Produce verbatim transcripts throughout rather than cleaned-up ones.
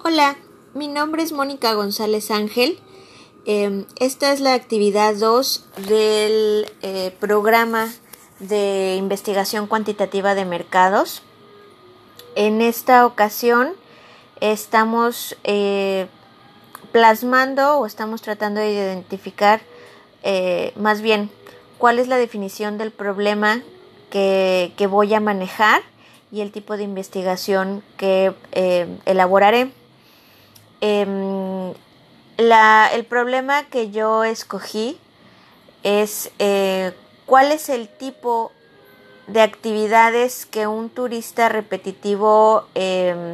Hola, mi nombre es Mónica González Ángel. Eh, esta es la actividad dos del eh, programa de investigación cuantitativa de mercados. En esta ocasión estamos eh, plasmando o estamos tratando de identificar eh, más bien cuál es la definición del problema que, que voy a manejar y el tipo de investigación que eh, elaboraré. Eh, la, el problema que yo escogí es eh, cuál es el tipo de actividades que un turista repetitivo eh,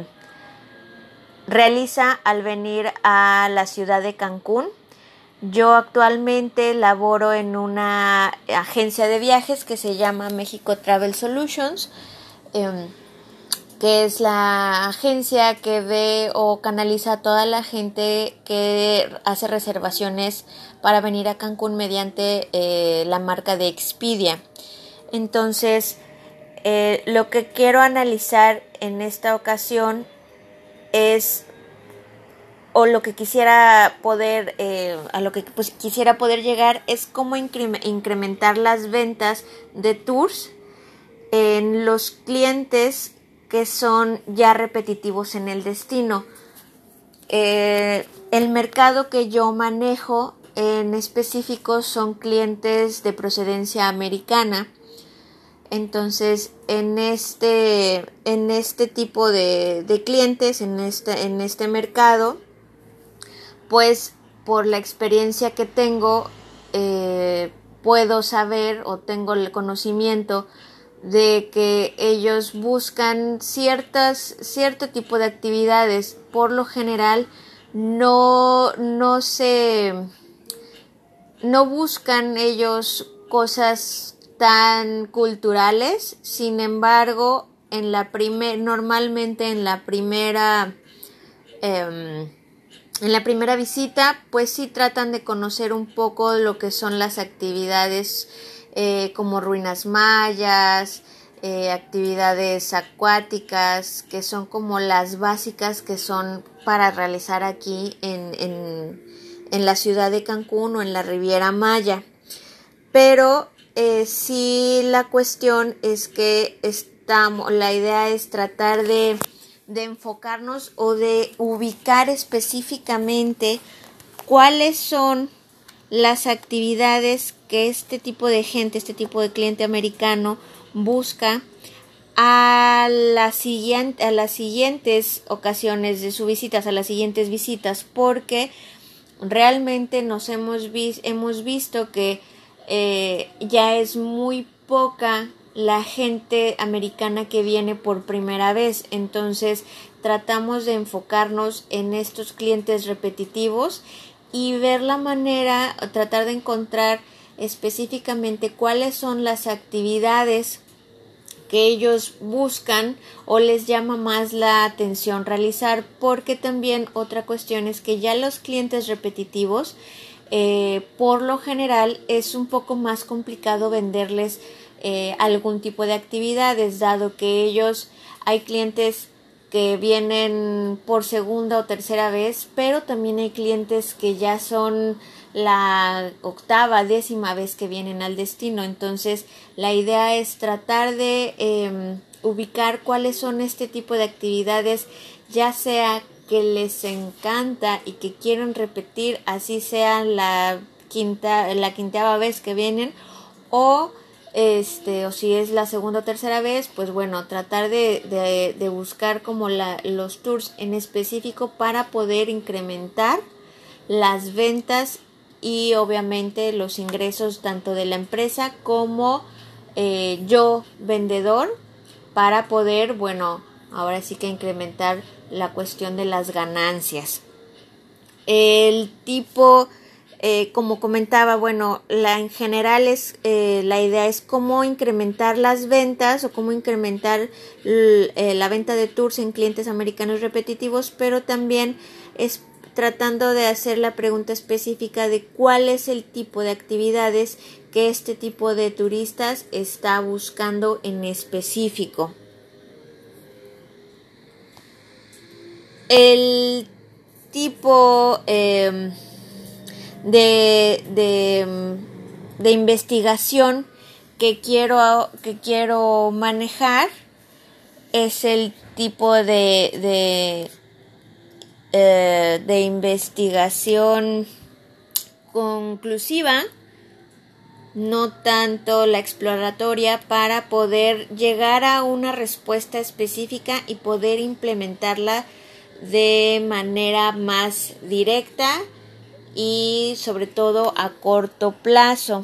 realiza al venir a la ciudad de Cancún. Yo actualmente laboro en una agencia de viajes que se llama México Travel Solutions, eh, que es la agencia que ve o canaliza a toda la gente que hace reservaciones para venir a Cancún mediante eh, la marca de Expedia. Entonces, eh, lo que quiero analizar en esta ocasión es, o lo que quisiera poder, eh, a lo que pues, quisiera poder llegar es cómo incre- incrementar las ventas de tours en los clientes que son ya repetitivos en el destino. Eh, el mercado que yo manejo en específico son clientes de procedencia americana. Entonces, en este, en este tipo de, de clientes, en este, en este mercado, pues por la experiencia que tengo, eh, puedo saber o tengo el conocimiento de que ellos buscan ciertas, cierto tipo de actividades. Por lo general, no, no se, no buscan ellos cosas tan culturales. Sin embargo, en la primer, normalmente en la primera, eh, en la primera visita, pues sí tratan de conocer un poco lo que son las actividades eh, como ruinas mayas, eh, actividades acuáticas, que son como las básicas que son para realizar aquí en, en, en la ciudad de Cancún o en la Riviera Maya. Pero eh, sí, la cuestión es que estamos, la idea es tratar de de enfocarnos o de ubicar específicamente cuáles son las actividades que este tipo de gente, este tipo de cliente americano busca a, la siguiente, a las siguientes ocasiones de sus visitas, a las siguientes visitas, porque realmente nos hemos, vis- hemos visto que eh, ya es muy poca la gente americana que viene por primera vez. Entonces tratamos de enfocarnos en estos clientes repetitivos y ver la manera, tratar de encontrar específicamente cuáles son las actividades que ellos buscan o les llama más la atención realizar, porque también otra cuestión es que ya los clientes repetitivos eh, por lo general es un poco más complicado venderles eh, algún tipo de actividades, dado que ellos, hay clientes que vienen por segunda o tercera vez, pero también hay clientes que ya son la octava, décima vez que vienen al destino. Entonces la idea es tratar de eh, ubicar cuáles son este tipo de actividades, ya sea que les encanta y que quieren repetir, así sea la quinta, la quinta vez que vienen, o este o si es la segunda o tercera vez, pues bueno, tratar de, de, de buscar como la, los tours en específico para poder incrementar las ventas y obviamente los ingresos tanto de la empresa como eh, yo vendedor, para poder, bueno, ahora sí que incrementar la cuestión de las ganancias. El tipo, eh, como comentaba, bueno, la en general es eh, la idea es cómo incrementar las ventas o cómo incrementar l, eh, la venta de tours en clientes americanos repetitivos, pero también es tratando de hacer la pregunta específica de cuál es el tipo de actividades que este tipo de turistas está buscando en específico. el tipo eh, de, de, de investigación que quiero, que quiero manejar es el tipo de, de, eh, de investigación conclusiva, no tanto la exploratoria, para poder llegar a una respuesta específica y poder implementarla de manera más directa y sobre todo a corto plazo.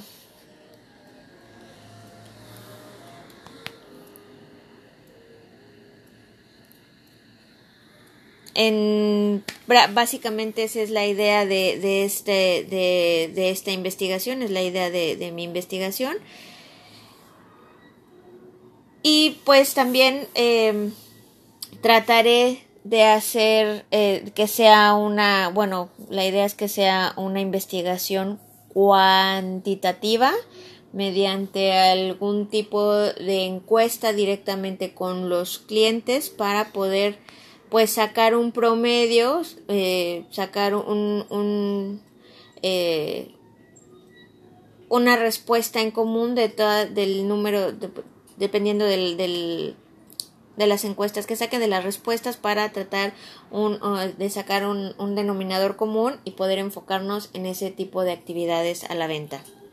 En, básicamente esa es la idea de, de, este, de, de esta investigación, es la idea de, de mi investigación. Y pues también eh, trataré de hacer eh, que sea una, bueno, la idea es que sea una investigación cuantitativa mediante algún tipo de encuesta directamente con los clientes para poder pues sacar un promedio, eh, sacar un, un eh, una respuesta en común de toda, del número, de, dependiendo del, del, de las encuestas que saquen, de las respuestas, para tratar un, de sacar un, un denominador común y poder enfocarnos en ese tipo de actividades a la venta.